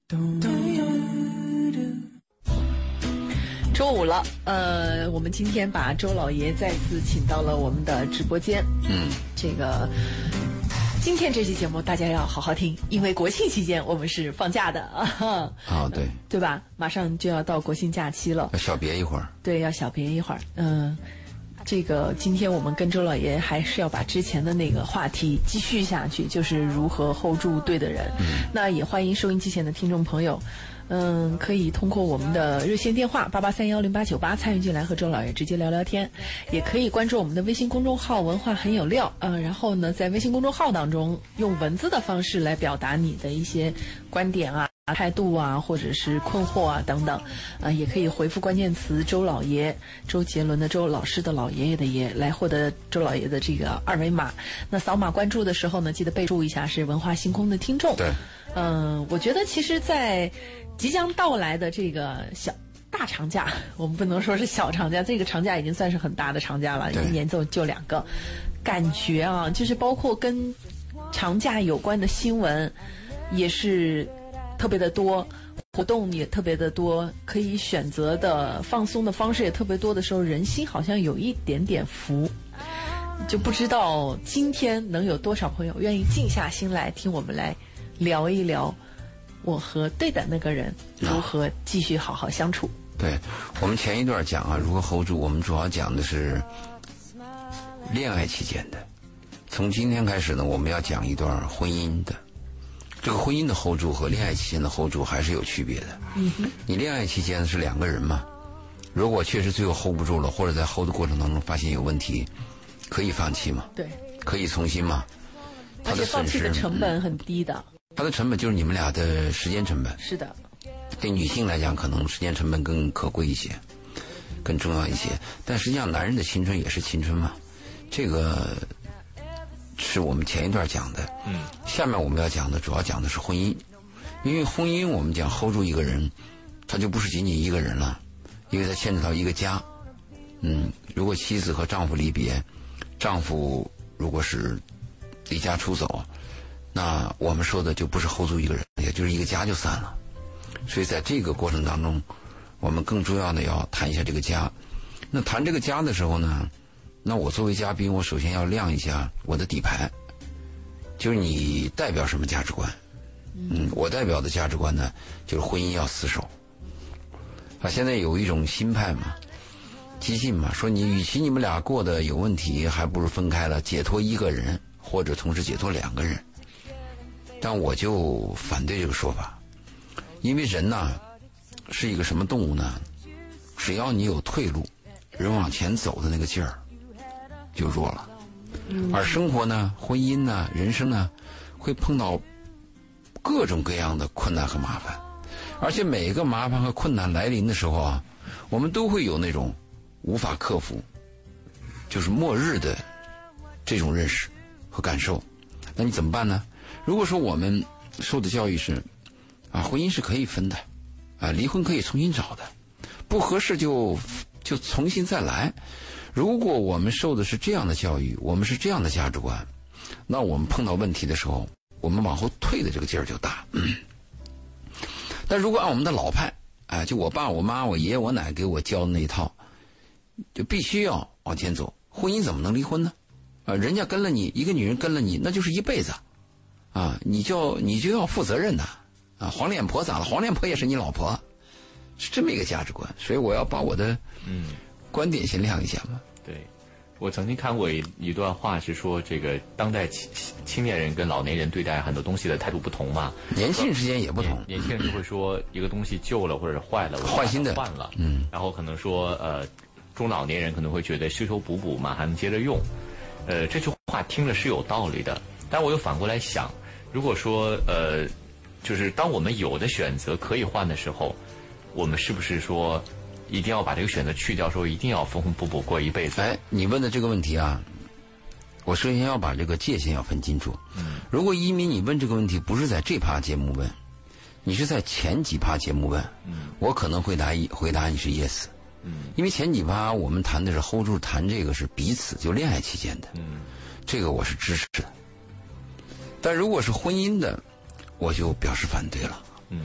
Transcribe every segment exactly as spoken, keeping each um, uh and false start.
周五了，呃，我们今天把周老爷再次请到了我们的直播间。嗯，这个今天这期节目大家要好好听，因为国庆期间我们是放假的啊。 啊，对， 对吧？马上就要到国庆假期了， 要小别一会儿。 对，要小别一会儿。嗯、呃，这个今天我们跟周老爷还是要把之前的那个话题继续下去，就是如何 hold 住对的人。嗯，那也欢迎收音机前的听众朋友。嗯，可以通过我们的热线电话八八三幺零八九八参与进来和周老爷直接聊聊天，也可以关注我们的微信公众号文化很有料，呃，然后呢，在微信公众号当中用文字的方式来表达你的一些观点啊、态度啊，或者是困惑啊等等，呃，也可以回复关键词周老爷，周杰伦的周，老师的老爷爷的爷，来获得周老爷的这个二维码。那扫码关注的时候呢，记得备注一下是文化星空的听众。 对， 嗯、呃，我觉得其实在即将到来的这个小大长假，我们不能说是小长假，这个长假已经算是很大的长假了，一年就就两个。感觉啊，就是包括跟长假有关的新闻，也是特别的多，活动也特别的多，可以选择的放松的方式也特别多的时候，人心好像有一点点浮。就不知道今天能有多少朋友愿意静下心来听我们来聊一聊。我和对的那个人如何继续好好相处。 对，我们前一段讲啊，如何 hold 住，我们主要讲的是恋爱期间的。从今天开始呢，我们要讲一段婚姻的。这个婚姻的 hold 住和恋爱期间的 hold 住还是有区别的。嗯哼，你恋爱期间是两个人嘛，如果确实最后 hold 不住了，或者在 hold 的过程当中发现有问题，可以放弃嘛？对，可以重新嘛？ 而且放弃的成本很低的。 它的成本就是你们俩的时间成本。 是的， 对女性来讲，可能时间成本更可贵一些，更重要一些。但实际上，男人的青春也是青春嘛。这个是我们前一段讲的。嗯。下面我们要讲的主要讲的是婚姻，因为婚姻我们讲 hold 住一个人，他就不是仅仅一个人了，因为他牵扯到一个家。嗯，如果妻子和丈夫离别，丈夫如果是离家出走，那我们说的就不是 hold 住一个人，也就是一个家就散了。所以在这个过程当中，我们更重要的要谈一下这个家。那谈这个家的时候呢，那我作为嘉宾，我首先要亮一下我的底牌，就是你代表什么价值观。嗯，我代表的价值观呢，就是婚姻要厮守。啊，现在有一种新派嘛，激进嘛，说你与其你们俩过得有问题，还不如分开了，解脱一个人，或者同时解脱两个人。但我就反对这个说法，因为人呢是一个什么动物呢？只要你有退路，人往前走的那个劲儿就弱了。而生活呢，婚姻呢，人生呢，会碰到各种各样的困难和麻烦，而且每个麻烦和困难来临的时候啊，我们都会有那种无法克服，就是末日的这种认识和感受。那你怎么办呢？如果说我们受的教育是啊，婚姻是可以分的，啊，离婚可以重新找的，不合适就就重新再来。如果我们受的是这样的教育，我们是这样的价值观，那我们碰到问题的时候，我们往后退的这个劲儿就大。嗯、但如果按我们的老派，哎，就我爸我妈我爷爷我奶给我教的那一套，就必须要往前走。婚姻怎么能离婚呢？啊，人家跟了你，一个女人跟了你，那就是一辈子。啊，你就你就要负责任的啊！黄脸婆咋了？黄脸婆也是你老婆，是这么一个价值观。所以我要把我的嗯观点先亮一下嘛。 对，我曾经看过一一段话，是说这个当代青青年人跟老年人对待很多东西的态度不同嘛。 年轻人之间也不同。 年, 年轻人就会说一个东西旧了或者坏了， 换新的换了。嗯。然后可能说呃，中老年人可能会觉得修修补补嘛，还能接着用。呃，这句话听着是有道理的，但我又反过来想。如果说呃，就是当我们有的选择可以换的时候，我们是不是说一定要把这个选择去掉，说一定要缝缝补补过一辈子？ 哎，你问的这个问题啊，我首先要把这个界限要分清楚。嗯，如果移民你问这个问题不是在这趴节目问，你是在前几趴节目问，嗯，我可能回答一回答你是 yes。嗯，因为前几趴我们谈的是 hold 住，谈这个是彼此就恋爱期间的，嗯，这个我是支持的。但如果是婚姻的，我就表示反对了。嗯，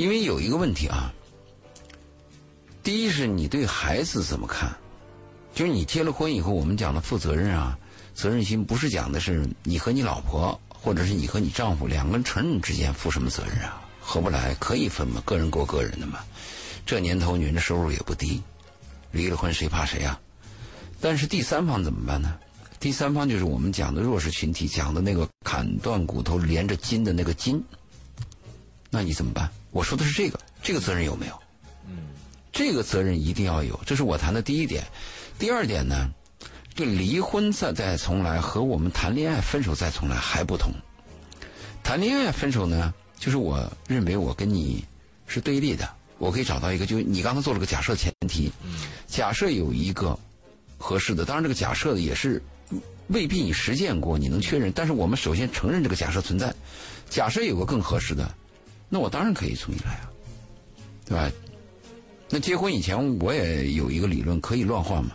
因为有一个问题啊，第一是你对孩子怎么看，就是你结了婚以后，我们讲的负责任啊，责任心不是讲的是你和你老婆或者是你和你丈夫两个人成人之间负什么责任啊，合不来可以分嘛，个人过个人的嘛。这年头女人的收入也不低，离了婚谁怕谁啊？但是第三方怎么办呢？第三方就是我们讲的弱势群体，讲的那个砍断骨头连着筋的那个筋，那你怎么办？我说的是这个，这个责任有没有？嗯，这个责任一定要有，这是我谈的第一点。第二点呢，这离婚再再重来和我们谈恋爱分手再重来还不同。谈恋爱分手呢，就是我认为我跟你是对立的，我可以找到一个，就你刚才做了个假设前提，假设有一个合适的，当然这个假设的也是未必你实践过你能确认，但是我们首先承认这个假设存在。假设有个更合适的，那我当然可以重新来啊，对吧？那结婚以前我也有一个理论，可以乱换嘛。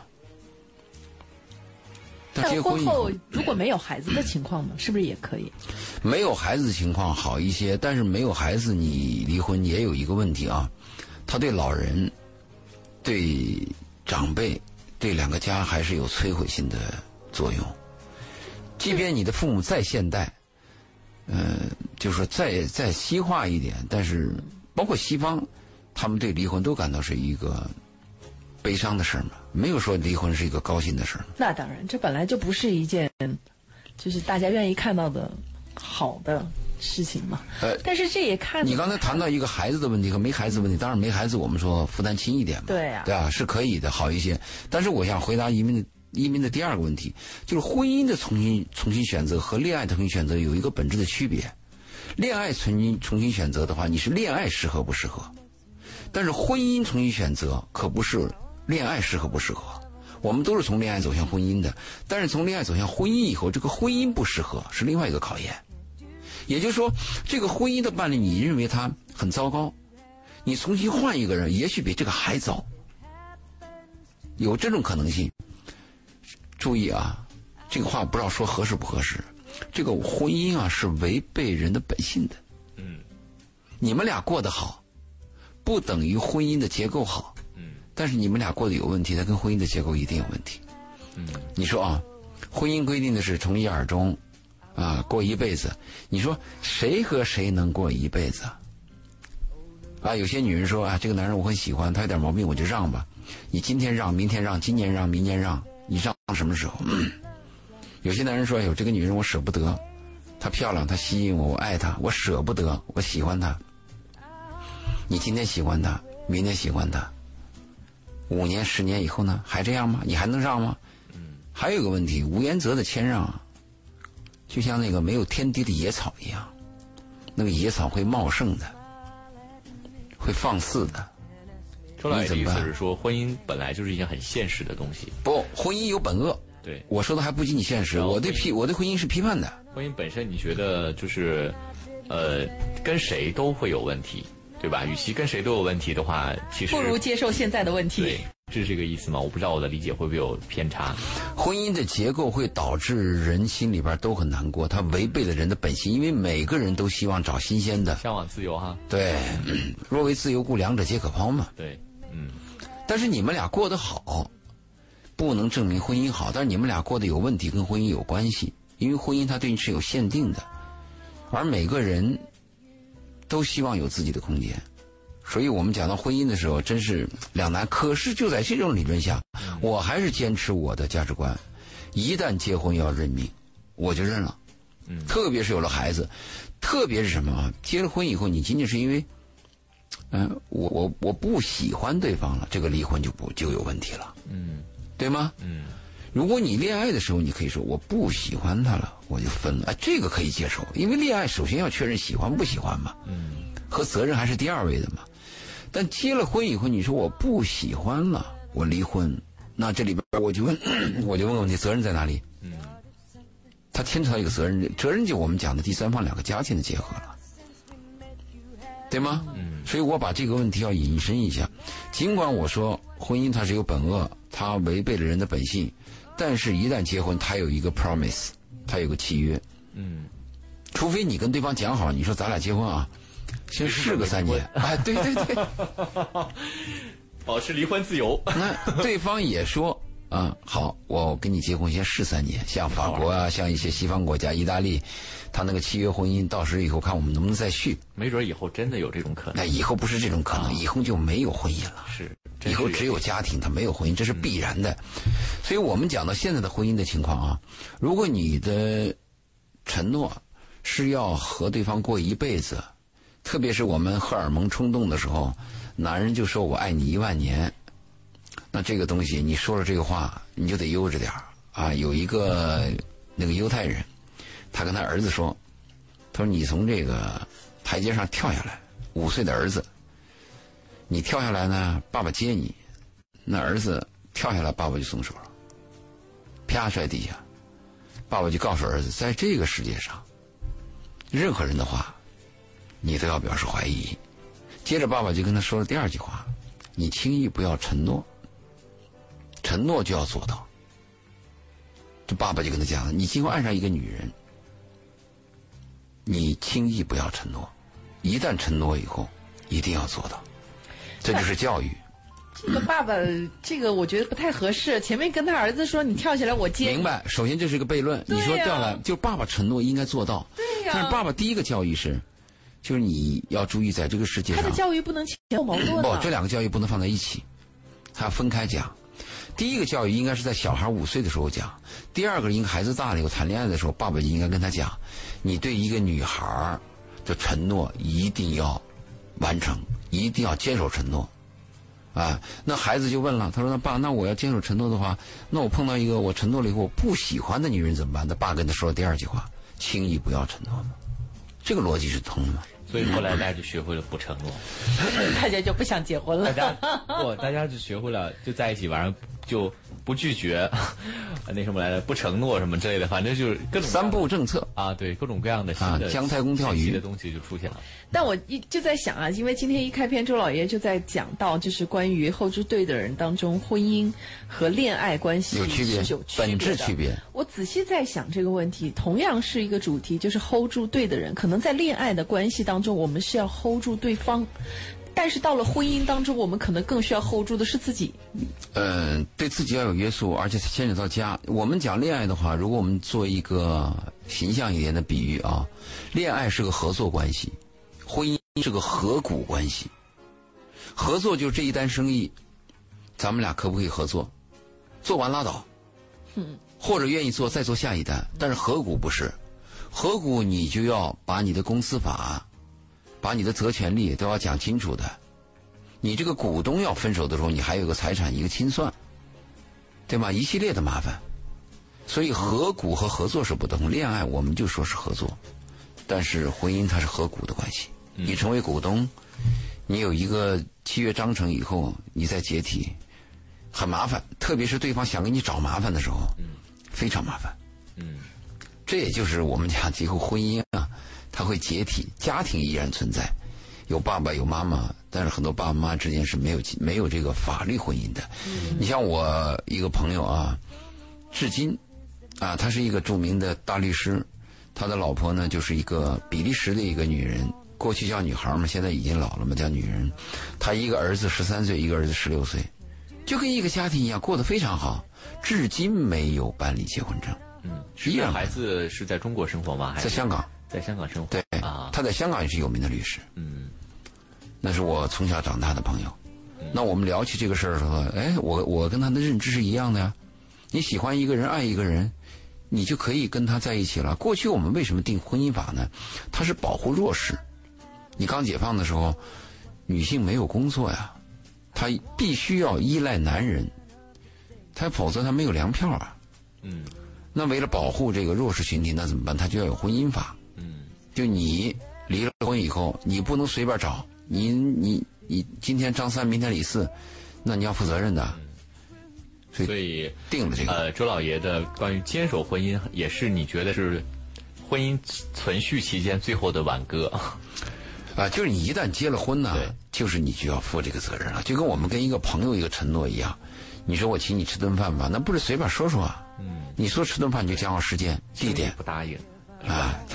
但结婚后如果没有孩子的情况呢，是不是也可以？ 没有孩子的情况好一些，但是没有孩子你离婚也有一个问题啊，他对老人、对长辈、对两个家还是有摧毁性的作用。即便你的父母再现代，呃，就是说再再西化一点，但是包括西方，他们对离婚都感到是一个悲伤的事嘛，没有说离婚是一个高兴的事。 那当然，这本来就不是一件就是大家愿意看到的好的事情嘛。呃，但是这也看你刚才谈到一个孩子的问题和没孩子的问题，当然没孩子我们说负担轻一点嘛， 对啊， 对啊，是可以的，好一些。但是我想回答移民的移民的第二个问题，就是婚姻的重新重新选择和恋爱的重新选择有一个本质的区别。恋爱重新重新选择的话，你是恋爱适合不适合，但是婚姻重新选择可不是恋爱适合不适合。我们都是从恋爱走向婚姻的，但是从恋爱走向婚姻以后，这个婚姻不适合是另外一个考验。也就是说，这个婚姻的伴侣你认为他很糟糕，你重新换一个人也许比这个还糟，有这种可能性。注意啊，这个话不知道说合适不合适，这个婚姻啊是违背人的本性的。嗯，你们俩过得好不等于婚姻的结构好。嗯，但是你们俩过得有问题，它跟婚姻的结构一定有问题。嗯，你说啊，婚姻规定的是从一而终啊，过一辈子，你说谁和谁能过一辈子啊？啊，有些女人说啊，这个男人我很喜欢，他有点毛病我就让吧，你今天让明天让今年让明年让，你让什么时候？嗯，有些男人说，哎呦，这个女人我舍不得，她漂亮，她吸引我，我爱她，我舍不得，我喜欢她。你今天喜欢她，明天喜欢她，五年十年以后呢，还这样吗？你还能让吗？嗯，还有一个问题，无原则的谦让啊，就像那个没有天敌的野草一样，那个野草会茂盛的，会放肆的。 周老爷的意思是说，婚姻本来就是一件很现实的东西。 不，婚姻有本恶。 对， 我说的还不仅仅现实，我对批我对婚姻是批判的。 婚姻本身，你觉得就是，呃，跟谁都会有问题，对吧？与其跟谁都有问题的话，其实不如接受现在的问题。 对，是这个意思吗？我不知道我的理解会不会有偏差。 婚姻的结构会导致人心里边都很难过，它违背了人的本性，因为每个人都希望找新鲜的， 向往自由哈。 对，嗯、若为自由故，两者皆可抛嘛。 对。嗯， 但是你们俩过得好，不能证明婚姻好。但是你们俩过得有问题，跟婚姻有关系，因为婚姻它对你是有限定的，而每个人都希望有自己的空间。所以我们讲到婚姻的时候，真是两难。可是就在这种理论下，我还是坚持我的价值观：一旦结婚要认命，我就认了。嗯，特别是有了孩子，特别是什么啊？结了婚以后，你仅仅是因为。嗯，我我我不喜欢对方了，这个离婚就不就有问题了，嗯，对吗？嗯，如果你恋爱的时候，你可以说我不喜欢他了，我就分了，哎，这个可以接受，因为恋爱首先要确认喜欢不喜欢嘛，嗯，和责任还是第二位的嘛。但结了婚以后，你说我不喜欢了，我离婚，那这里边我就问，我就问问题，责任在哪里？嗯，他牵扯到一个责任，责任就我们讲的第三方两个家庭的结合了。对吗？嗯，所以我把这个问题要引申一下。尽管我说婚姻它是有本恶，它违背了人的本性，但是一旦结婚，它有一个 promise， 它有个契约。嗯，除非你跟对方讲好，你说咱俩结婚啊， 先试个三年，哎，对对对， 保持离婚自由。 那对方也说啊、嗯，好，我跟你结婚先试三年，像法国啊，像一些西方国家，意大利，他那个契约婚姻，到时以后看我们能不能再续。 没准以后真的有这种可能。 那以后不是这种可能，以后就没有婚姻了。 是， 以后只有家庭，他没有婚姻，这是必然的。所以我们讲到现在的婚姻的情况啊，如果你的承诺是要和对方过一辈子，特别是我们荷尔蒙冲动的时候，男人就说我爱你一万年，那这个东西你说了这个话，你就得悠着点啊。有一个那个犹太人，他跟他儿子说，他说你从这个台阶上跳下来，五岁的儿子，你跳下来呢，爸爸接你。那儿子跳下来，爸爸就松手了，啪摔地下。爸爸就告诉儿子，在这个世界上，任何人的话，你都要表示怀疑。接着爸爸就跟他说了第二句话，你轻易不要承诺，承诺就要做到。这爸爸就跟他讲了，你今后爱上一个女人，你轻易不要承诺，一旦承诺以后一定要做到，这就是教育。 这个爸爸，这个我觉得不太合适。前面跟他儿子说你跳下来我接你， 明白？首先这是一个悖论。你说掉来，就爸爸承诺应该做到。 对呀。 但是爸爸第一个教育是，就是你要注意在这个世界上， 他的教育不能前后矛盾。 不，这两个教育不能放在一起，他要分开讲。第一个教育应该是在小孩五岁的时候讲，第二个应该孩子大了以后谈恋爱的时候，爸爸就应该跟他讲，你对一个女孩的承诺一定要完成，一定要坚守承诺。啊，那孩子就问了，他说：“那爸，那我要坚守承诺的话，那我碰到一个我承诺了以后我不喜欢的女人怎么办？”那爸跟他说了第二句话：“轻易不要承诺嘛。”这个逻辑是通的嘛？ 所以后来大家就学会了不承诺， 大家就不想结婚了。 大家不，大家就学会了就在一起，晚上就不拒绝，那什么来着，不承诺什么之类的，反正就是各种三步政策啊，对，各种各样的新的、 啊、姜太公钓鱼的东西就出现了。 但我一就在想啊，因为今天一开篇周老爷就在讲到，就是关于后支对的人当中，婚姻和恋爱关系有区别， 是有区别的本质区别。 我仔细在想这个问题，同样是一个主题，就是 hold 住对的人，可能在恋爱的关系当中，我们是要 hold 住对方。但是到了婚姻当中，我们可能更需要 hold 住的是自己。 嗯、呃，对自己要有约束，而且牵扯到家。我们讲恋爱的话，如果我们做一个形象一点的比喻啊，恋爱是个合作关系，婚姻是个合股关系。合作就是这一单生意，咱们俩可不可以合作？做完拉倒， 嗯， 或者愿意做再做下一单。但是合股不是，合股你就要把你的公司法，把你的责权利都要讲清楚的。你这个股东要分手的时候，你还有一个财产一个清算，对吗？一系列的麻烦。所以合股和合作是不同，恋爱我们就说是合作，但是婚姻它是合股的关系。你成为股东，你有一个契约章程以后，你再解体很麻烦，特别是对方想给你找麻烦的时候，非常麻烦。 嗯， 这也就是我们讲以后婚姻啊，它会解体，家庭依然存在，有爸爸有妈妈，但是很多爸爸妈妈之间是没有没有这个法律婚姻的。嗯、你像我一个朋友啊，至今啊，他是一个著名的大律师，他的老婆呢就是一个比利时的一个女人，过去叫女孩嘛，现在已经老了嘛，叫女人。他一个儿子十三岁，一个儿子十六岁，就跟一个家庭一样，过得非常好，至今没有办理结婚证。 嗯，实际上孩子是在中国生活吗？还是在香港？ 在香港生活。 对啊，他在香港也是有名的律师。 嗯， 那是我从小长大的朋友。 嗯、 那我们聊起这个事儿的时候，哎，我我跟他的认知是一样的呀。你喜欢一个人，爱一个人，你就可以跟他在一起了。过去我们为什么定婚姻法呢？它是保护弱势。你刚解放的时候，女性没有工作呀，她必须要依赖男人，她否则她没有粮票啊。 嗯。 那为了保护这个弱势群体，那怎么办？他就要有婚姻法。 嗯，就你离了婚以后，你不能随便找，你你你今天张三，明天李四，那你要负责任的。 嗯、所以定了这个。 呃，周老爷的关于坚守婚姻，也是你觉得是婚姻存续期间最后的挽歌。 啊，就是你一旦结了婚呢，就是你就要负这个责任了，就跟我们跟一个朋友一个承诺一样。你说我请你吃顿饭吧，那不是随便说说啊。 嗯， 你说吃顿饭你就讲好时间、地点， 不答应啊，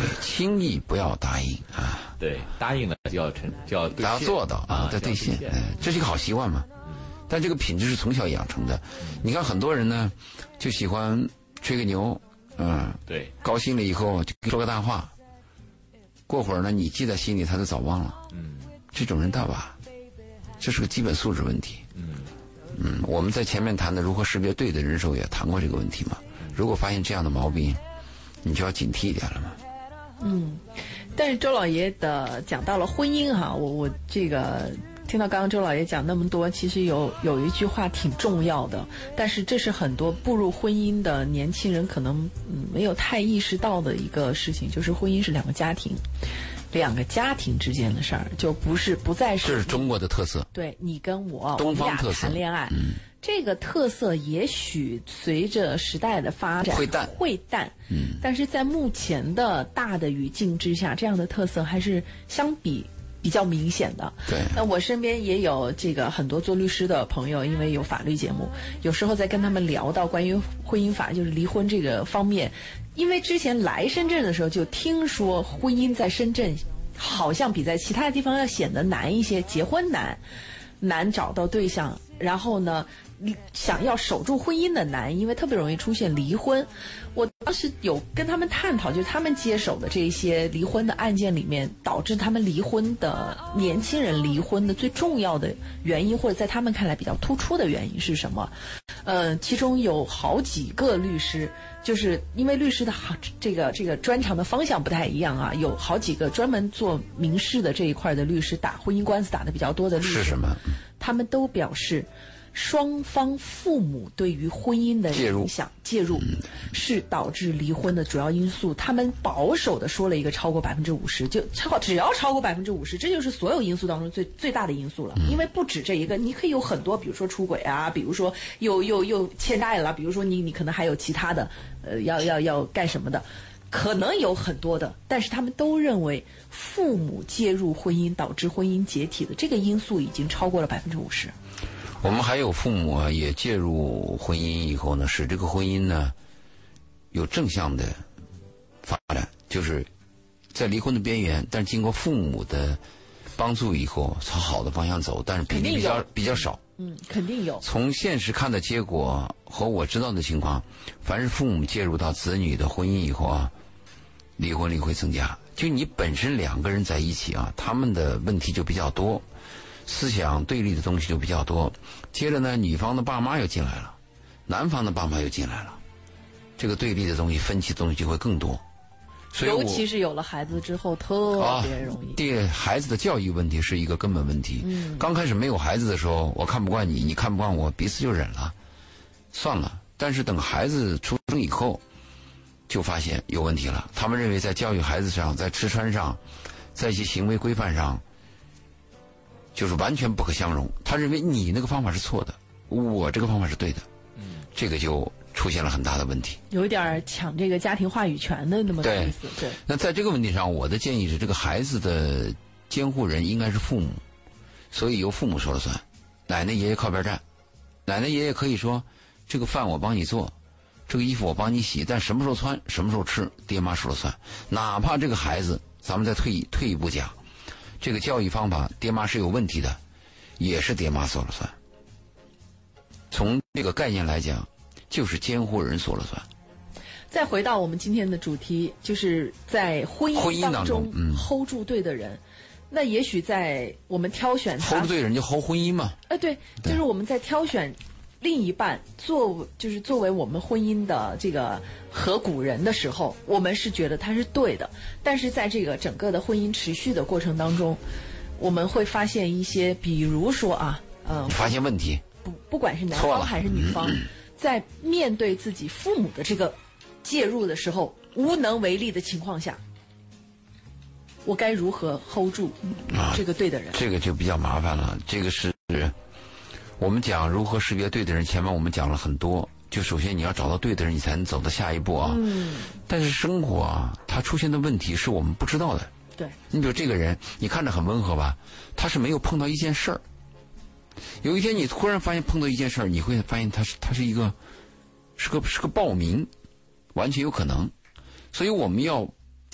对，轻易不要答应啊。 对，答应了就要成就要要做到啊，要兑现。嗯，这是一个好习惯嘛。嗯。但这个品质是从小养成的。你看很多人呢，就喜欢吹个牛，嗯， 对， 高兴了以后就说个大话，过会儿呢你记在心里，他就早忘了。嗯，这种人大把，这是个基本素质问题。嗯嗯，我们在前面谈的如何识别对的人时候也谈过这个问题嘛。如果发现这样的毛病，你就要警惕一点了嘛。 嗯，但是周老爷的讲到了婚姻哈，我我这个。听到刚刚周老爷讲那么多，其实有有一句话挺重要的，但是这是很多步入婚姻的年轻人可能嗯没有太意识到的一个事情，就是婚姻是两个家庭，两个家庭之间的事儿，就不是不再是。 这是中国的特色。 对，你跟我， 东方特色， 我们俩谈恋爱，嗯，这个特色也许随着时代的发展会淡， 会淡，嗯，但是在目前的大的语境之下，这样的特色还是相比。比较明显的， 对。 那我身边也有这个很多做律师的朋友，因为有法律节目，有时候在跟他们聊到关于婚姻法，就是离婚这个方面，因为之前来深圳的时候就听说婚姻在深圳好像比在其他地方要显得难一些，结婚难，难找到对象，然后呢，想要守住婚姻的难，因为特别容易出现离婚。我当时有跟他们探讨，就是他们接手的这些离婚的案件里面，导致他们离婚的年轻人离婚的最重要的原因，或者在他们看来比较突出的原因是什么？呃，其中有好几个律师，就是因为律师的这个这个专长的方向不太一样啊，有好几个专门做民事的这一块的律师，打婚姻官司打得比较多的律师， 是什么？ 他们都表示。双方父母对于婚姻的影响介入，是导致离婚的主要因素。他们保守的说了一个超过百分之五十，就超只要超过百分之五十，这就是所有因素当中最最大的因素了。因为不止这一个，你可以有很多，比如说出轨啊，比如说又又又欠债了，比如说你你可能还有其他的，呃，要要要干什么的，可能有很多的，但是他们都认为父母介入婚姻导致婚姻解体的这个因素已经超过了百分之五十。 我们还有父母啊，也介入婚姻以后呢，使这个婚姻呢有正向的发展，就是在离婚的边缘，但是经过父母的帮助以后，朝好的方向走，但是比例比较比较少。 嗯，肯定有。 从现实看的结果和我知道的情况，凡是父母介入到子女的婚姻以后啊，离婚率会增加。就你本身两个人在一起啊，他们的问题就比较多。思想对立的东西就比较多，接着呢，女方的爸妈又进来了，男方的爸妈又进来了，这个对立的东西、分歧的东西就会更多。所以尤其是有了孩子之后，特别容易。 对、啊、孩子的教育问题是一个根本问题。嗯，刚开始没有孩子的时候，我看不惯你，你看不惯我，彼此就忍了，算了。但是等孩子出生以后，就发现有问题了。他们认为在教育孩子上，在吃穿上，在一些行为规范上。就是完全不可相容，他认为你那个方法是错的，我这个方法是对的，嗯，这个就出现了很大的问题， 有一点抢这个家庭话语权的那么个意思。对，对。 那在这个问题上，我的建议是，这个孩子的监护人应该是父母，所以由父母说了算，奶奶爷爷靠边站，奶奶爷爷可以说，这个饭我帮你做，这个衣服我帮你洗，但什么时候穿，什么时候吃，爹妈说了算。哪怕这个孩子，咱们再退一退一步讲。这个教育方法，爹妈是有问题的，也是爹妈说了算。从这个概念来讲，就是监护人说了算。 再回到我们今天的主题，就是在婚姻当中 hold 住对的人。那也许在我们挑选他 hold 住对人就 hold 婚姻嘛。 呃，对，就是我们在挑选另一半作就是作为我们婚姻的这个合股人的时候，我们是觉得他是对的，但是在这个整个的婚姻持续的过程当中，我们会发现一些，比如说啊，呃， 发现问题， 不不管是男方还是女方，在面对自己父母的这个介入的时候，无能为力的情况下，我该如何 hold 住这个对的人？ 啊、这个就比较麻烦了。这个是。我们讲如何识别对的人，前面我们讲了很多。就首先你要找到对的人，你才能走到下一步啊。嗯。但是生活啊，它出现的问题是我们不知道的。 对。 你比如这个人，你看着很温和吧，他是没有碰到一件事儿。有一天你突然发现碰到一件事儿，你会发现他是他是一个是个是个暴民，完全有可能。所以我们要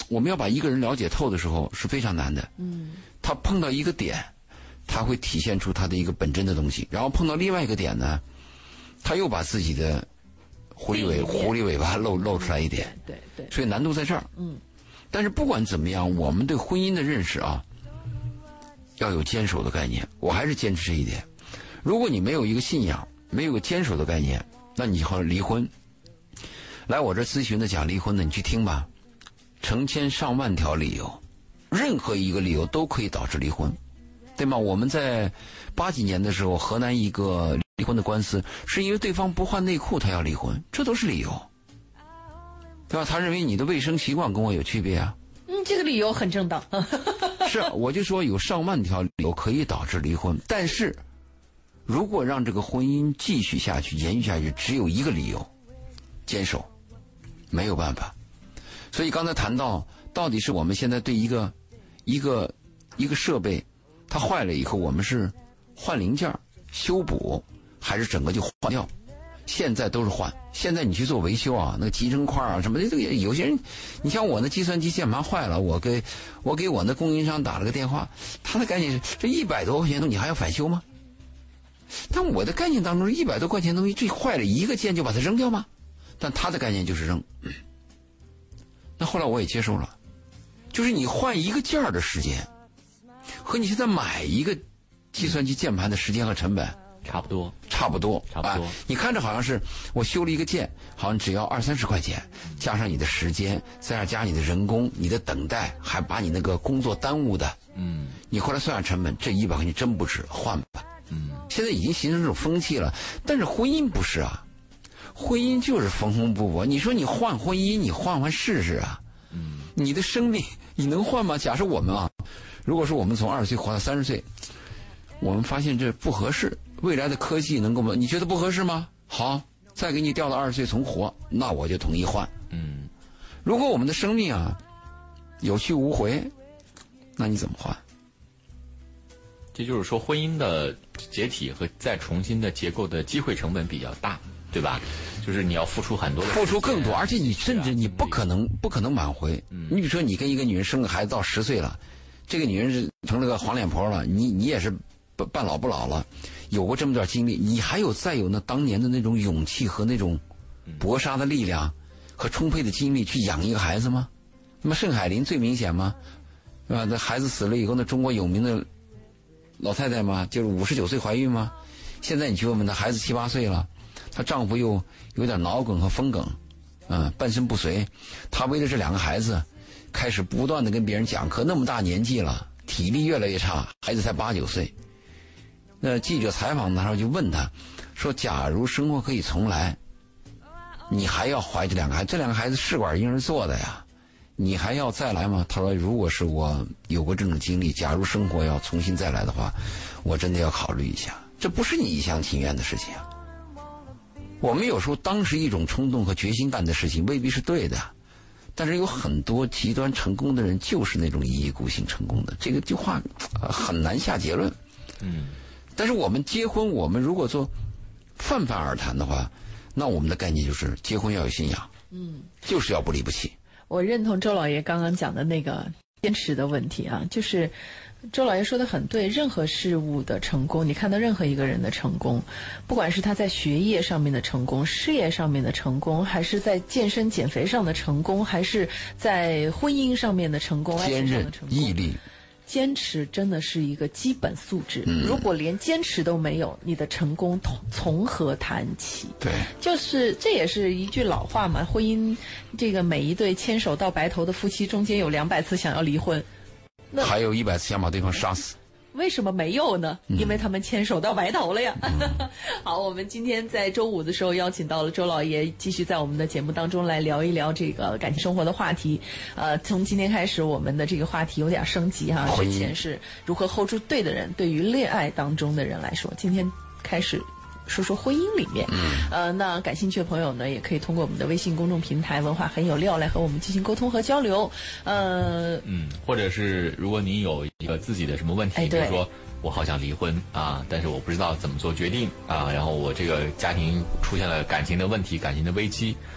我们要把一个人了解透的时候是非常难的。 嗯， 他碰到一个点，他会体现出他的一个本真的东西，然后碰到另外一个点呢，他又把自己的狐狸尾狐狸尾巴露露出来一点。 对对对， 所以难度在这儿。 嗯， 但是不管怎么样，我们对婚姻的认识啊，要有坚守的概念。我还是坚持这一点。如果你没有一个信仰，没有个坚守的概念，那你以后离婚，来我这咨询的讲离婚的，你去听吧，成千上万条理由，任何一个理由都可以导致离婚，对吗？我们在八几年的时候，河南一个离婚的官司，是因为对方不换内裤，他要离婚，这都是理由，对吧？他认为你的卫生习惯跟我有区别啊。 嗯，这个理由很正当。 是，我就说有上万条理由可以导致离婚，但是如果让这个婚姻继续下去、延续下去，只有一个理由：坚守，没有办法。所以刚才谈到，到底是我们现在对一个一个一个设备它坏了以后，我们是换零件修补，还是整个就换掉？现在都是换。现在你去做维修啊，那个集成块啊什么的，有些人，你像我那计算机键盘坏了，我给我给我那供应商打了个电话，他的概念是这一百多块钱东西你还要返修吗？但我的概念当中，一百多块钱东西这坏了一个键就把它扔掉吗？但他的概念就是扔。嗯、那后来我也接受了，就是你换一个件的时间，和你现在买一个计算机键盘的时间和成本。 差不多， 差不多， 差不多、啊。 你看着好像是我修了一个键，好像只要二三十块钱，加上你的时间，再加你的人工、你的等待，还把你那个工作耽误的， 嗯， 你后来算下成本，这一百块钱真不值，换吧。 嗯， 现在已经形成这种风气了，但是婚姻不是啊，婚姻就是缝缝补补。你说你换婚姻，你换换试试啊。 嗯， 你的生命你能换吗？假设我们啊，如果说我们从二十岁活到三十岁，我们发现这不合适。未来的科技能够吗？你觉得不合适吗？好，再给你调到二十岁重活，那我就同意换。 嗯， 如果我们的生命啊有去无回，那你怎么换？ 这就是说，婚姻的解体和再重新的结构的机会成本比较大，对吧？就是你要付出很多的， 付出更多，而且你甚至你不可能不可能挽回。 嗯， 你比如说，你跟一个女人生个孩子到十岁了，这个女人是成了个黄脸婆了，你你也是半老不老了。有过这么段经历，你还有再有那当年的那种勇气和那种搏杀的力量和充沛的精力去养一个孩子吗？那么盛海林最明显吗？是吧？那孩子死了以后，那中国有名的老太太嘛，就是五十九岁怀孕吗？现在你去问问她，孩子七八岁了，她丈夫又有点脑梗和风梗，嗯，半身不遂，她为了这两个孩子，开始不断的跟别人讲课，那么大年纪了，体力越来越差，孩子才八九岁。那记者采访的时候就问他说，假如生活可以重来，你还要怀这两个孩子？这两个孩子试管婴儿做的呀，你还要再来吗？他说，如果是我有过这种经历，假如生活要重新再来的话，我真的要考虑一下。这不是你一厢情愿的事情啊。我们有时候当时一种冲动和决心干的事情未必是对的，但是有很多极端成功的人就是那种一意孤行成功的。这个句话、呃、很难下结论。 嗯。 但是我们结婚，我们如果做泛泛而谈的话，那我们的概念就是结婚要有信仰， 嗯， 就是要不离不弃。 我认同周老爷刚刚讲的那个坚持的问题啊，就是周老爷说的很对，任何事物的成功，你看到任何一个人的成功，不管是他在学业上面的成功，事业上面的成功，还是在健身减肥上的成功，还是在婚姻上面的成功， 坚韧、毅力。 坚持真的是一个基本素质，嗯、如果连坚持都没有，你的成功从从何谈起？ 对， 就是这也是一句老话嘛，婚姻这个每一对牵手到白头的夫妻中间有两百次想要离婚，那还有一百次想把对方杀死。 为什么没有呢？因为他们牵手到白头了呀。嗯、好，我们今天在周五的时候邀请到了周老爷，继续在我们的节目当中来聊一聊这个感情生活的话题。呃，从今天开始，我们的这个话题有点升级哈。之前是如何 hold 住对的人，对于恋爱当中的人来说，今天开始说说婚姻里面。嗯。呃，那感兴趣的朋友呢，也可以通过我们的微信公众平台“文化很有料”来和我们进行沟通和交流。呃， 嗯，或者是如果您有一个自己的什么问题， 哎、 比如说我好想离婚啊，但是我不知道怎么做决定啊，然后我这个家庭出现了感情的问题、感情的危机，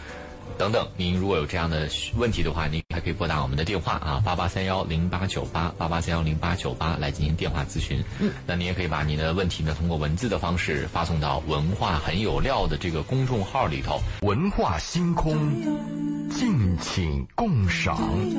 等等。您如果有这样的问题的话，您还可以拨打我们的电话啊，八八三幺零八九八八八三幺零八九八来进行电话咨询。嗯，那您也可以把您的问题呢通过文字的方式发送到文化很有料的这个公众号里头。 文化星空，敬请共赏。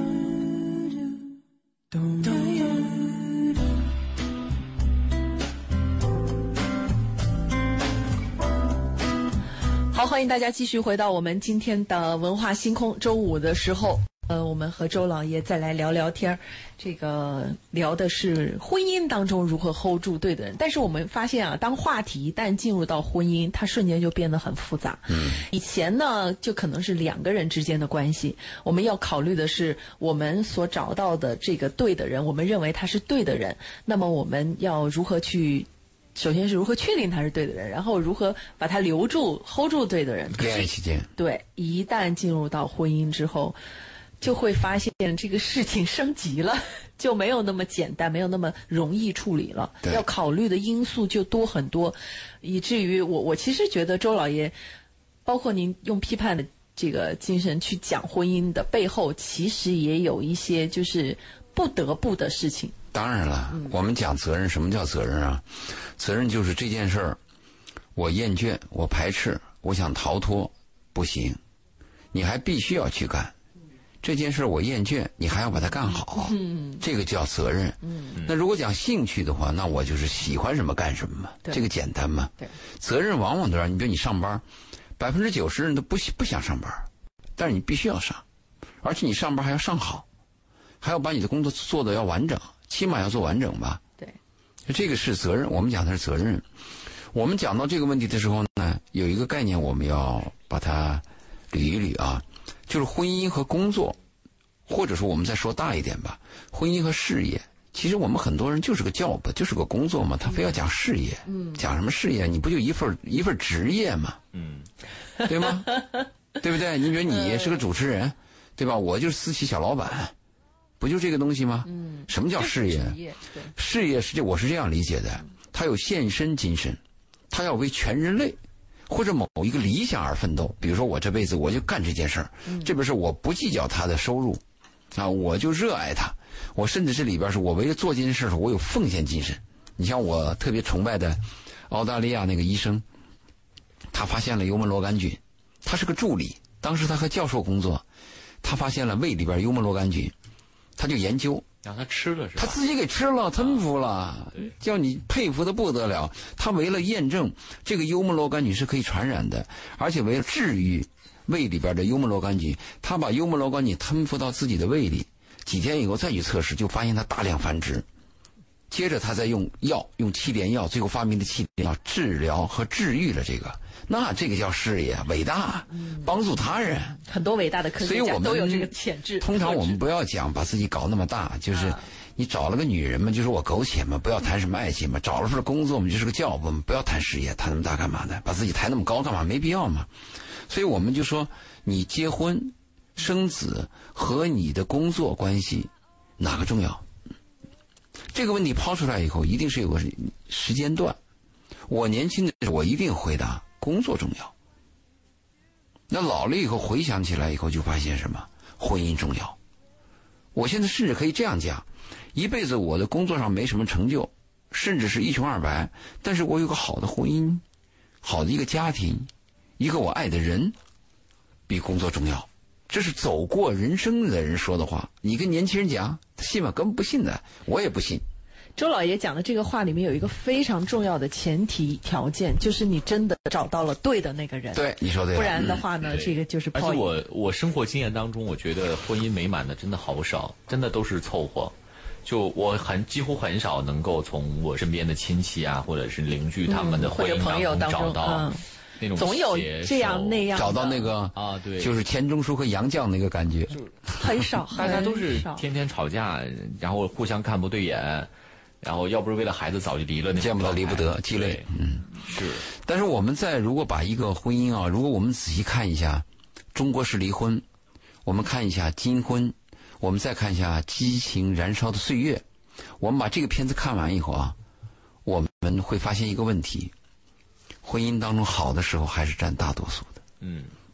好，欢迎大家继续回到我们今天的文化星空。周五的时候，呃，我们和周老爷再来聊聊天，这个聊的是婚姻当中如何 hold 住对的人。但是我们发现啊，当话题一旦进入到婚姻，它瞬间就变得很复杂。嗯，以前呢，就可能是两个人之间的关系，我们要考虑的是我们所找到的这个对的人，我们认为他是对的人，那么我们要如何去？首先是如何确定他是对的人，然后如何把他留住 hold 住对的人。 恋爱期间， 对，一旦进入到婚姻之后，就会发现这个事情升级了，就没有那么简单，没有那么容易处理了，要考虑的因素就多很多，以至于我我其实觉得周老爷，包括您用批判的这个精神去讲婚姻的背后，其实也有一些就是不得不的事情。 当然了，我们讲责任，什么叫责任啊？责任就是这件事儿，我厌倦，我排斥，我想逃脱，不行，你还必须要去干。这件事我厌倦，你还要把它干好，嗯，这个叫责任。嗯，那如果讲兴趣的话，那我就是喜欢什么干什么嘛，这个简单嘛。对，责任往往都让你，比如你上班，百分之九十人都不不想上班，但是你必须要上，而且你上班还要上好，还要把你的工作做得要完整。起码要做完整吧。 对， 这个是责任，我们讲的是责任。我们讲到这个问题的时候呢，有一个概念我们要把它捋一捋啊，就是婚姻和工作，或者说我们再说大一点吧，婚姻和事业。其实我们很多人就是个 job， 就是个工作嘛，他非要讲事业，嗯，讲什么事业？你不就一份一份职业嘛，嗯，对吗？对不对？你比如你是个主持人，对吧？我就是私企小老板。不就这个东西吗？嗯，什么叫事业？业事业是这，我是这样理解的，他有献身精神，他要为全人类或者某一个理想而奋斗。比如说我这辈子我就干这件事儿，嗯，这边是我不计较他的收入，啊，我就热爱他，我甚至这里边是我为了做这件事儿，我有奉献精神。你像我特别崇拜的澳大利亚那个医生，他发现了幽门螺杆菌，他是个助理，当时他和教授工作，他发现了胃里边幽门螺杆菌。他就研究， 让他吃了是吧？ 他自己给吃了，吞服了，啊，叫你佩服的不得了。他为了验证这个幽门螺杆菌是可以传染的，而且为了治愈胃里边的幽门螺杆菌，他把幽门螺杆菌吞服到自己的胃里，几天以后再去测试，就发现它大量繁殖。接着他再用药，用气垫药，最后发明的气垫药治疗和治愈了这个。那这个叫事业伟大，帮助他人。 很多伟大的科学家都有这个潜质。 通常我们不要讲把自己搞那么大，就是你找了个女人嘛，就是我苟且嘛，不要谈什么爱情嘛；找了份工作嘛，就是个job嘛，不要谈事业，谈那么大干嘛呢？把自己抬那么高干嘛？没必要嘛。所以我们就说，你结婚、生子和你的工作关系哪个重要？这个问题抛出来以后，一定是有个时间段。我年轻的时候，我一定回答工作重要。那老了以后回想起来以后，就发现什么？婚姻重要。我现在甚至可以这样讲，一辈子我的工作上没什么成就，甚至是一穷二白，但是我有个好的婚姻，好的一个家庭，一个我爱的人，比工作重要。这是走过人生的人说的话。你跟年轻人讲，他信吗？根本不信的，我也不信。 周老爷讲的这个话里面有一个非常重要的前提条件，就是你真的找到了对的那个人。 对，你说对了。 不然的话呢，嗯、这个就是泡影。 而且我我生活经验当中，我觉得婚姻美满的真的好少，真的都是凑合。就我很几乎很少能够从我身边的亲戚啊，或者是邻居他们的婚姻当中找到。嗯那种总有这样那样找到那个啊，对， 就是钱钟书和杨绛那个感觉， 很少， 大家都是天天吵架，然后互相看不对眼，然后要不是为了孩子早就离了， 见不得离不得，积累，嗯， 是。 但是我们在如果把一个婚姻啊，如果我们仔细看一下中国式离婚，我们看一下金婚，我们再看一下激情燃烧的岁月，我们把这个片子看完以后啊，我们会发现一个问题。婚姻当中好的时候还是占大多数的，嗯，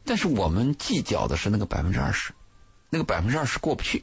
但是我们计较的是那个百分之二十，那个百分之二十过不去。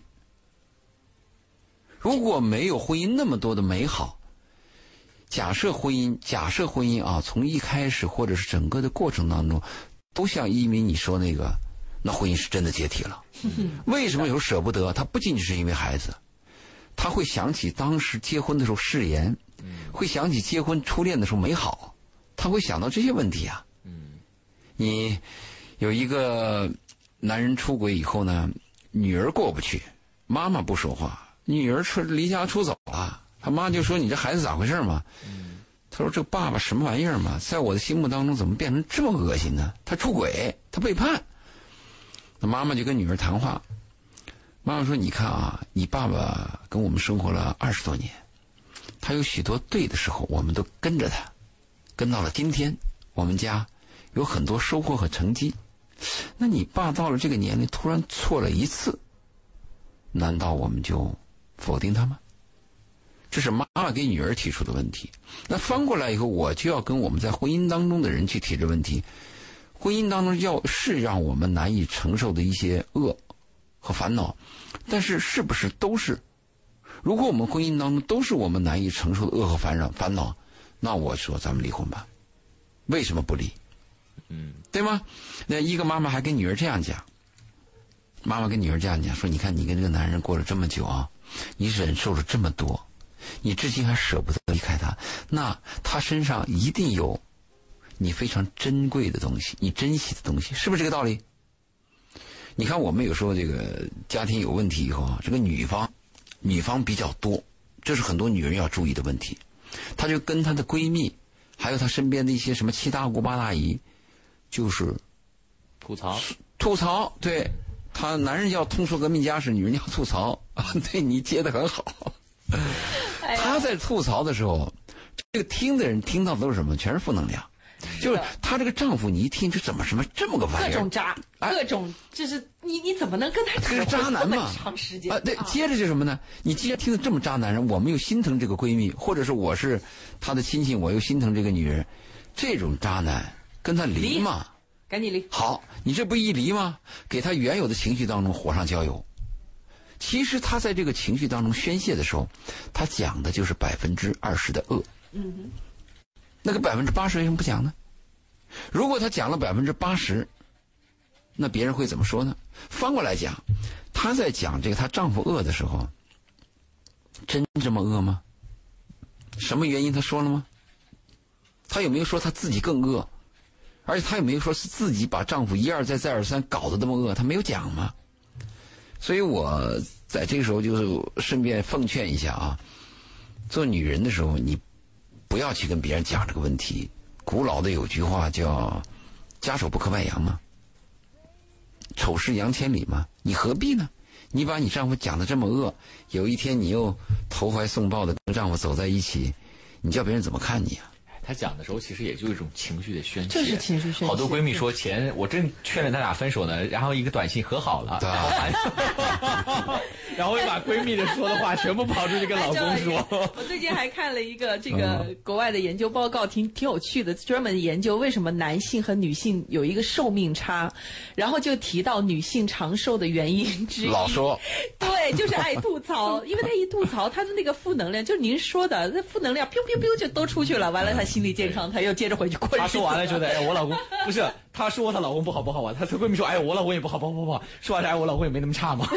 如果没有婚姻那么多的美好，假设婚姻，假设婚姻啊，从一开始或者是整个的过程当中，都像一鸣你说那个，那婚姻是真的解体了。为什么有时候舍不得？他不仅仅是因为孩子，他会想起当时结婚的时候誓言，会想起结婚初恋的时候美好，他会想到这些问题啊。你有一个男人出轨以后呢，女儿过不去，妈妈不说话，女儿出离家出走了，他妈就说你这孩子咋回事嘛？他说这爸爸什么玩意儿嘛，在我的心目当中怎么变成这么恶心呢？他出轨，他背叛。那妈妈就跟女儿谈话，妈妈说你看啊，你爸爸跟我们生活了二十多年，他有许多对的时候我们都跟着他，跟到了今天我们家有很多收获和成绩。那你爸到了这个年龄突然错了一次，难道我们就否定他吗？这是妈妈给女儿提出的问题。那翻过来以后，我就要跟我们在婚姻当中的人去提这问题。婚姻当中要是让我们难以承受的一些恶和烦恼，但是是不是都是？如果我们婚姻当中都是我们难以承受的恶和烦扰烦恼，那我说咱们离婚吧。为什么不离？嗯，对吗？那一个妈妈还跟女儿这样讲，妈妈跟女儿这样讲说，你看你跟这个男人过了这么久啊，你忍受了这么多，你至今还舍不得离开他，那他身上一定有你非常珍贵的东西，你珍惜的东西，是不是这个道理？你看我们有时候这个家庭有问题以后啊，这个女方女方比较多，这是很多女人要注意的问题。她就跟她的闺蜜还有她身边的一些什么七大姑八大姨，就是吐槽吐槽，对，她男人要通说革命家事，女人要吐槽啊，对，你接得很好。她在吐槽的时候，这个听的人听到的都是什么？全是负能量。就是她这个丈夫，你一听这怎么什么这么个玩意儿？ 各种渣，各种就是你你怎么能跟他这个渣男嘛？ 长时间啊，对，接着是什么呢？你既然听到这么渣男人，我们又心疼这个闺蜜，或者是我是她的亲戚，我又心疼这个女人，这种渣男跟他离嘛？ 赶紧离！ 好，你这不一离吗？给他原有的情绪当中火上浇油。其实他在这个情绪当中宣泄的时候，他讲的就是百分之二十的恶。嗯哼。那个百分之八十为什么不讲呢？如果他讲了百分之八十，那别人会怎么说呢？翻过来讲，她在讲这个她丈夫恶的时候，真这么恶吗？什么原因她说了吗？她有没有说她自己更恶？而且她有没有说是自己把丈夫一而再再而三搞得这么恶？她没有讲吗？所以我在这个时候就顺便奉劝一下啊，做女人的时候你不要去跟别人讲这个问题。古老的有句话叫家丑不可外扬嘛，丑事扬千里嘛，你何必呢？你把你丈夫讲得这么恶，有一天你又投怀送抱的跟丈夫走在一起，你叫别人怎么看你啊？ 他讲的时候其实也就是一种情绪的宣泄， 就是情绪宣泄。 好多闺蜜说前我正劝着他俩分手呢，然后一个短信和好了，然后还然后又把闺蜜的说的话全部跑出去跟老公说。 我最近还看了一个这个国外的研究报告，挺挺有趣的，专门研究为什么男性和女性有一个寿命差，然后就提到女性长寿的原因之一， 老说， 对，就是爱吐槽，因为他一吐槽，他的那个负能量，就是您说的，那负能量 biu biu biu 就都出去了，完了他心理健康，他又接着回去过日子。 他说完了觉得，哎，我老公不是，他说她老公不好不好啊，她她闺蜜说，哎，我老公也不好不好不好，说完了，哎，我老公也没那么差嘛。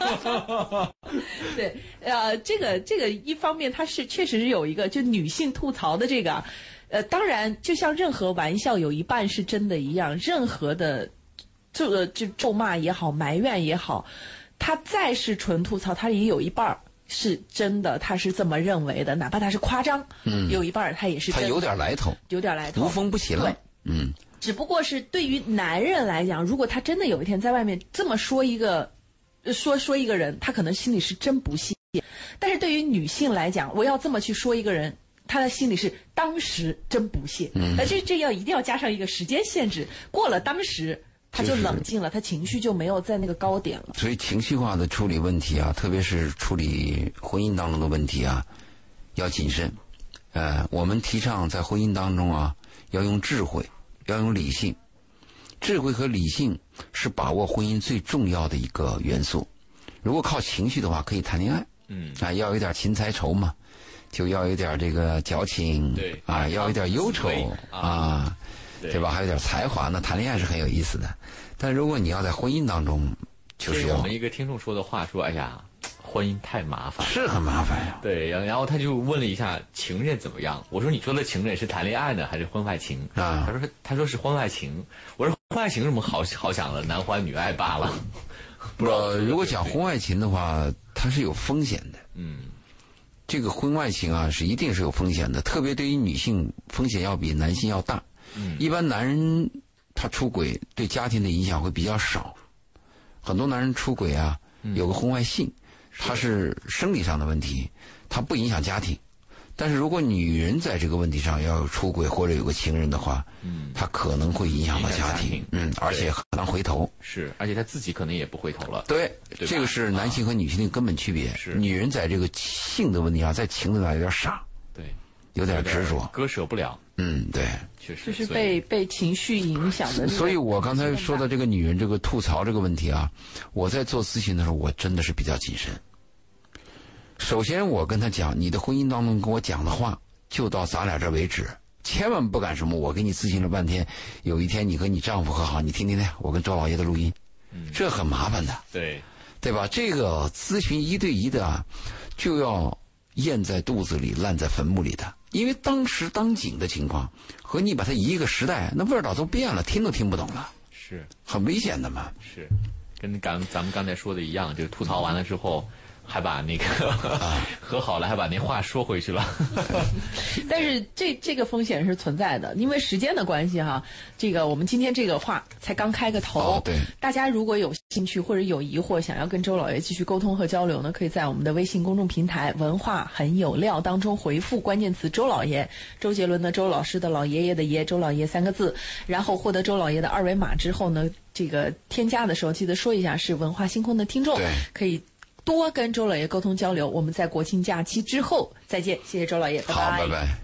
对，呃，这个这个一方面，它是确实是有一个就女性吐槽的这个，呃，当然就像任何玩笑有一半是真的一样，任何的这个就咒骂也好，埋怨也好，它再是纯吐槽，它也有一半是真的，他是这么认为的，哪怕他是夸张，嗯，有一半他也是真的， 他有点来头， 有点来头， 无风不起浪，嗯。 只不过是对于男人来讲，如果他真的有一天在外面这么说一个，说说一个人，他可能心里是真不屑；但是对于女性来讲，我要这么去说一个人，他的心里是当时真不屑。嗯，而这这要一定要加上一个时间限制，过了当时。他就冷静了，就是，他情绪就没有在那个高点了。 所以情绪化的处理问题啊，特别是处理婚姻当中的问题啊，要谨慎。呃，我们提倡在婚姻当中啊，要用智慧，要用理性， 智慧和理性是把握婚姻最重要的一个元素。如果靠情绪的话，可以谈恋爱。嗯啊，要有点情财愁嘛，就要有点这个矫情， 对啊，要有点忧愁啊，对, 对吧？还有点才华，那谈恋爱是很有意思的。但如果你要在婚姻当中，就是我们一个听众说的话说，哎呀。婚姻太麻烦， 是很麻烦呀。 对，然后他就问了一下情人怎么样。我说你说的情人是谈恋爱呢，还是婚外情啊？他说他说是婚外情。我说婚外情有什么好好想的？男欢女爱罢了。 不知道，如果讲婚外情的话，它是有风险的。 嗯， 这个婚外情啊，是一定是有风险的，特别对于女性，风险要比男性要大。 嗯， 一般男人他出轨对家庭的影响会比较少，很多男人出轨啊，有个婚外性。它是生理上的问题，它不影响家庭。但是如果女人在这个问题上要有出轨或者有个情人的话， 嗯， 她可能会影响到家庭， 家庭嗯，而且很难回头。 是，而且她自己可能也不回头了。 对，对这个是男性和女性的根本区别。 是、啊， 女人在这个性的问题上，在情的上有点傻， 对， 有点执着， 割舍不了。 嗯，对， 确实， 就是被被情绪影响的。 所以我刚才说的这个女人这个吐槽这个问题啊，我在做咨询的时候，我真的是比较谨慎。首先我跟他讲，你的婚姻当中跟我讲的话就到咱俩这为止，千万不敢什么我给你咨询了半天，有一天你和你丈夫和好，你听听听我跟周老爷的录音，这很麻烦的， 对对吧？这个咨询一对一的啊，就要咽在肚子里烂在坟墓里的，因为当时当景的情况和你把它一个时代，那味道都变了，听都听不懂了， 是很危险的嘛。 是跟刚咱们刚才说的一样，就是吐槽完了之后还把那个和好了，还把那话说回去了。 但是这这个风险是存在的，因为时间的关系哈。这个我们今天这个话才刚开个头， 哦、对， 大家如果有兴趣或者有疑惑，想要跟周老爷继续沟通和交流呢，可以在我们的微信公众平台“文化很有料”当中回复关键词“周老爷”，周杰伦的周，老师的老爷爷的爷，周老爷三个字，然后获得周老爷的二维码之后呢，这个添加的时候记得说一下是文化星空的听众，可以多跟周老爷沟通交流。我们在国庆假期之后再见，谢谢周老爷，拜拜。 好，拜拜。